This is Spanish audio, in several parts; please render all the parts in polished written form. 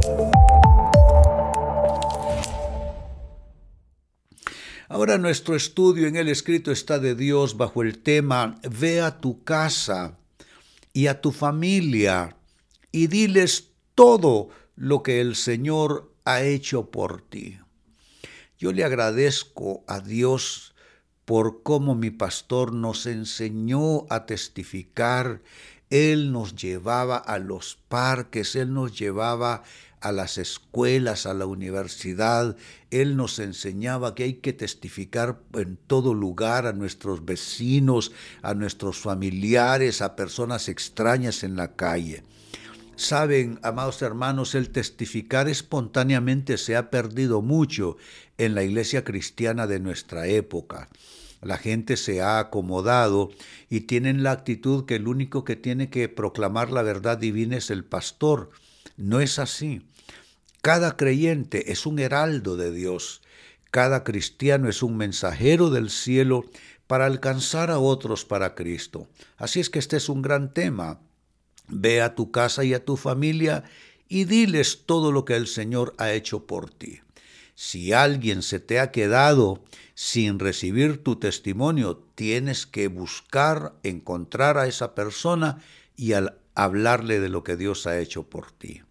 Ahora nuestro estudio en el escrito está de Dios bajo el tema Ve a tu casa y a tu familia y diles todo lo que el Señor ha hecho por ti. Yo le agradezco a Dios por cómo mi pastor nos enseñó a testificar. Él nos llevaba a los parques, Él nos llevaba a las escuelas, a la universidad. Él nos enseñaba que hay que testificar en todo lugar a nuestros vecinos, a nuestros familiares, a personas extrañas en la calle. Saben, amados hermanos, el testificar espontáneamente se ha perdido mucho en la iglesia cristiana de nuestra época. La gente se ha acomodado y tienen la actitud que el único que tiene que proclamar la verdad divina es el pastor. No es así. Cada creyente es un heraldo de Dios. Cada cristiano es un mensajero del cielo para alcanzar a otros para Cristo. Así es que este es un gran tema. Ve a tu casa y a tu familia y diles todo lo que el Señor ha hecho por ti. Si alguien se te ha quedado sin recibir tu testimonio, tienes que buscar, encontrar a esa persona y hablarle de lo que Dios ha hecho por ti.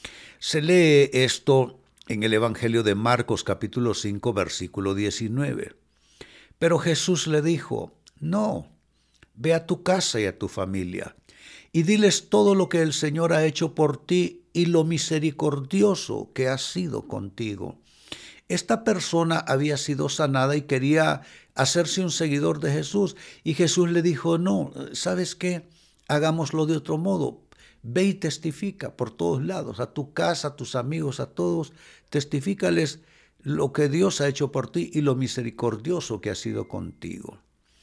Se lee esto en el Evangelio de Marcos capítulo 5 versículo 19. Pero Jesús le dijo, no, ve a tu casa y a tu familia y diles todo lo que el Señor ha hecho por ti y lo misericordioso que ha sido contigo. Esta persona había sido sanada y quería hacerse un seguidor de Jesús. Y Jesús le dijo, no, ¿sabes qué? Hagámoslo de otro modo. Ve y testifica por todos lados, a tu casa, a tus amigos, a todos. Testifícales lo que Dios ha hecho por ti y lo misericordioso que ha sido contigo.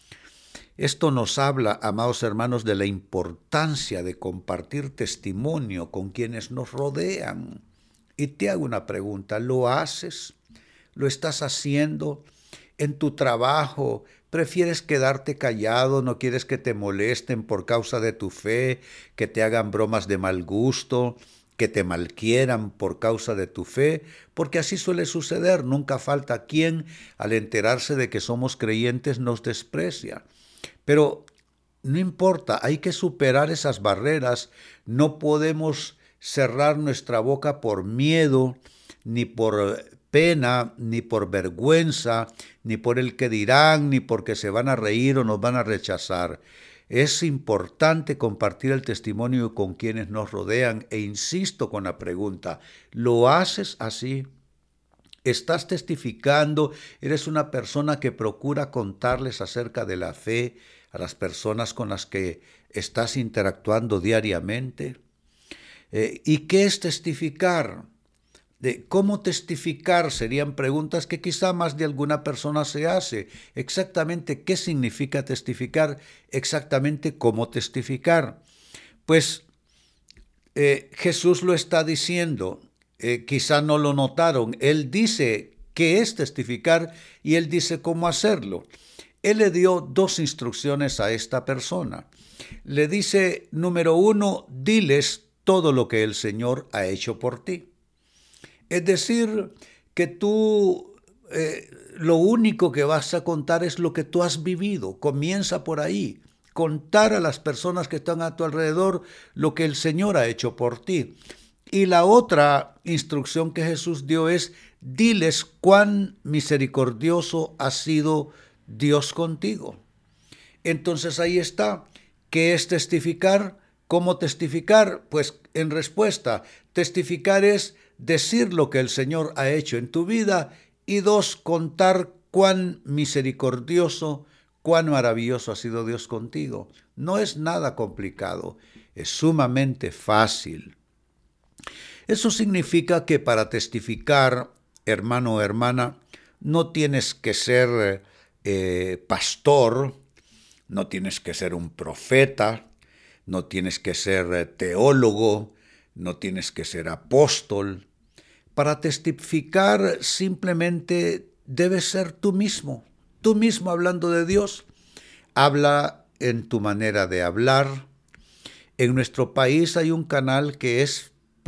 Esto nos habla, amados hermanos, de la importancia de compartir testimonio con quienes nos rodean. Y te hago una pregunta, ¿lo haces? ¿Lo estás haciendo? ¿En tu trabajo prefieres quedarte callado? ¿No quieres que te molesten por causa de tu fe? ¿Que te hagan bromas de mal gusto? ¿Que te malquieran por causa de tu fe? Porque así suele suceder. Nunca falta quien, al enterarse de que somos creyentes, nos desprecia. Pero no importa, hay que superar esas barreras. No podemos cerrar nuestra boca por miedo, ni por pena, ni por vergüenza, ni por el que dirán, ni porque se van a reír o nos van a rechazar. Es importante compartir el testimonio con quienes nos rodean e insisto con la pregunta, ¿lo haces así? ¿Estás testificando? ¿Eres una persona que procura contarles acerca de la fe a las personas con las que estás interactuando diariamente? ¿Y qué es testificar? ¿Cómo testificar? Serían preguntas que quizá más de alguna persona se hace. Exactamente qué significa testificar, exactamente cómo testificar. Pues Jesús lo está diciendo, quizá no lo notaron. Él dice qué es testificar y él dice cómo hacerlo. Él le dio dos instrucciones a esta persona. Le dice, número 1, diles todo lo que el Señor ha hecho por ti. Es decir, que tú lo único que vas a contar es lo que tú has vivido. Comienza por ahí. Contar a las personas que están a tu alrededor lo que el Señor ha hecho por ti. Y la otra instrucción que Jesús dio es, diles cuán misericordioso ha sido Dios contigo. Entonces ahí está. ¿Qué es testificar? ¿Cómo testificar? Pues en respuesta, testificar es decir lo que el Señor ha hecho en tu vida y 2, contar cuán misericordioso, cuán maravilloso ha sido Dios contigo. No es nada complicado, es sumamente fácil. Eso significa que para testificar, hermano o hermana, no tienes que ser pastor, no tienes que ser un profeta, no tienes que ser teólogo, no tienes que ser apóstol. Para testificar simplemente debes ser tú mismo hablando de Dios. Habla en tu manera de hablar. En nuestro país hay un canal que es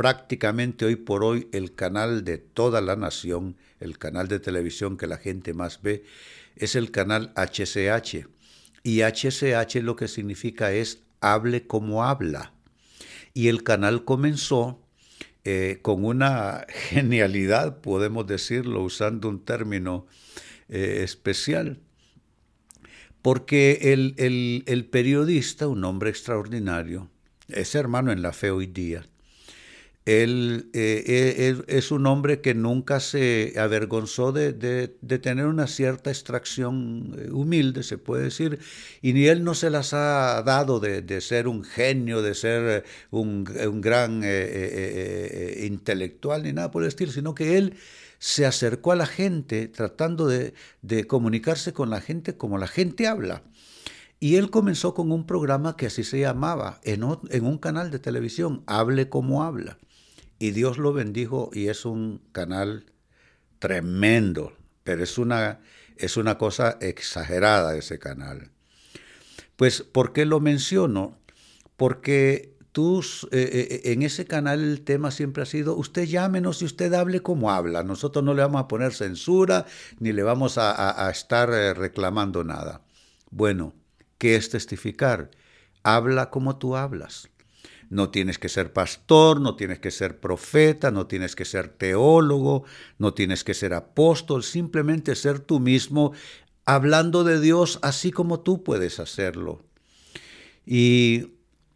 prácticamente hoy por hoy el canal de toda la nación, el canal de televisión que la gente más ve, es el canal HCH. Y HCH lo que significa es hable como habla. Y el canal comenzó con una genialidad, podemos decirlo, usando un término especial. Porque el periodista, un hombre extraordinario, es hermano en la fe hoy día, él es un hombre que nunca se avergonzó de tener una cierta extracción humilde, se puede decir, y ni él no se las ha dado de ser un genio, de ser un gran intelectual, ni nada por el estilo, sino que él se acercó a la gente tratando de comunicarse con la gente como la gente habla. Y él comenzó con un programa que así se llamaba, en un canal de televisión, Hable como habla. Y Dios lo bendijo y es un canal tremendo, pero es una cosa exagerada ese canal. Pues, ¿por qué lo menciono? Porque en ese canal el tema siempre ha sido, usted llámenos y usted hable como habla. Nosotros no le vamos a poner censura ni le vamos a estar reclamando nada. Bueno, ¿qué es testificar? Habla como tú hablas. No tienes que ser pastor, no tienes que ser profeta, no tienes que ser teólogo, no tienes que ser apóstol, simplemente ser tú mismo hablando de Dios así como tú puedes hacerlo. Y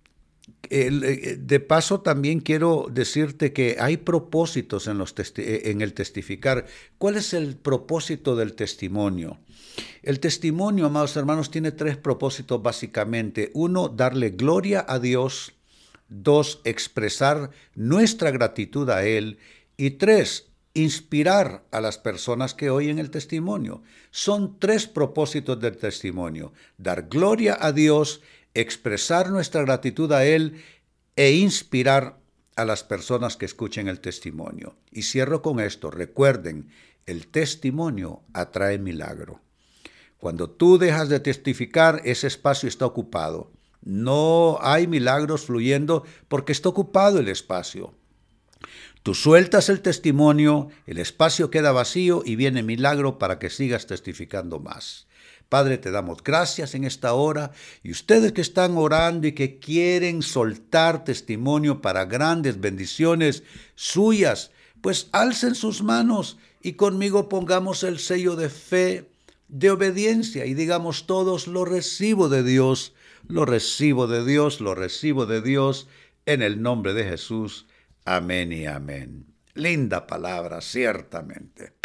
de paso también quiero decirte que hay propósitos en el testificar. ¿Cuál es el propósito del testimonio? El testimonio, amados hermanos, tiene 3 propósitos básicamente. 1, darle gloria a Dios. 2, expresar nuestra gratitud a Él. Y 3, inspirar a las personas que oyen el testimonio. Son 3 propósitos del testimonio: dar gloria a Dios, expresar nuestra gratitud a Él e inspirar a las personas que escuchen el testimonio. Y cierro con esto. Recuerden, el testimonio atrae milagro. Cuando tú dejas de testificar, ese espacio está ocupado. No hay milagros fluyendo porque está ocupado el espacio. Tú sueltas el testimonio, el espacio queda vacío y viene milagro para que sigas testificando más. Padre, te damos gracias en esta hora, y ustedes que están orando y que quieren soltar testimonio para grandes bendiciones suyas, pues alcen sus manos y conmigo pongamos el sello de fe, de obediencia, y digamos todos: lo recibo de Dios, lo recibo de Dios, lo recibo de Dios, en el nombre de Jesús. Amén y amén. Linda palabra, ciertamente.